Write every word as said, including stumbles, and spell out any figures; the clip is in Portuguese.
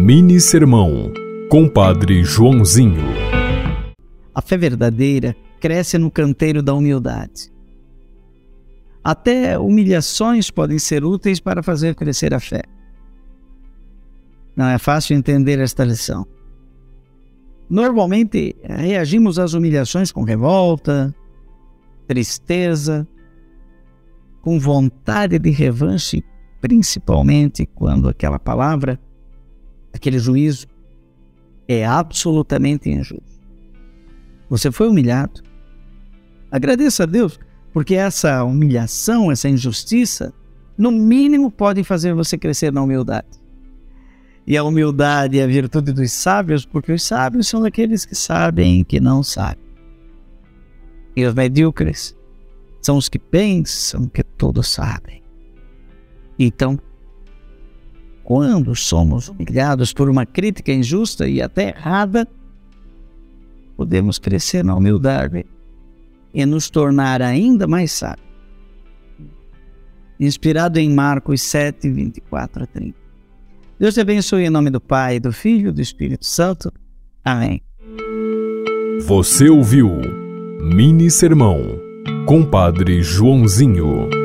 Mini Sermão, Compadre Joãozinho. A fé verdadeira cresce no canteiro da humildade. Até humilhações podem ser úteis para fazer crescer a fé. Não é fácil entender esta lição. Normalmente, reagimos às humilhações com revolta, tristeza, com vontade de revanche, principalmente quando aquela palavra, aquele juízo, é absolutamente injusto. Você foi humilhado. Agradeça a Deus, porque essa humilhação, essa injustiça, no mínimo pode fazer você crescer na humildade. E a humildade é a virtude dos sábios, porque os sábios são aqueles que sabem que não sabem. E os medíocres são os que pensam que todos sabem. Então, quando somos humilhados por uma crítica injusta e até errada, podemos crescer na humildade e nos tornar ainda mais sábios. Inspirado em Marcos sete, vinte e quatro a trinta. Deus te abençoe em nome do Pai, do Filho e do Espírito Santo. Amém. Você ouviu Mini Sermão, Compadre Joãozinho.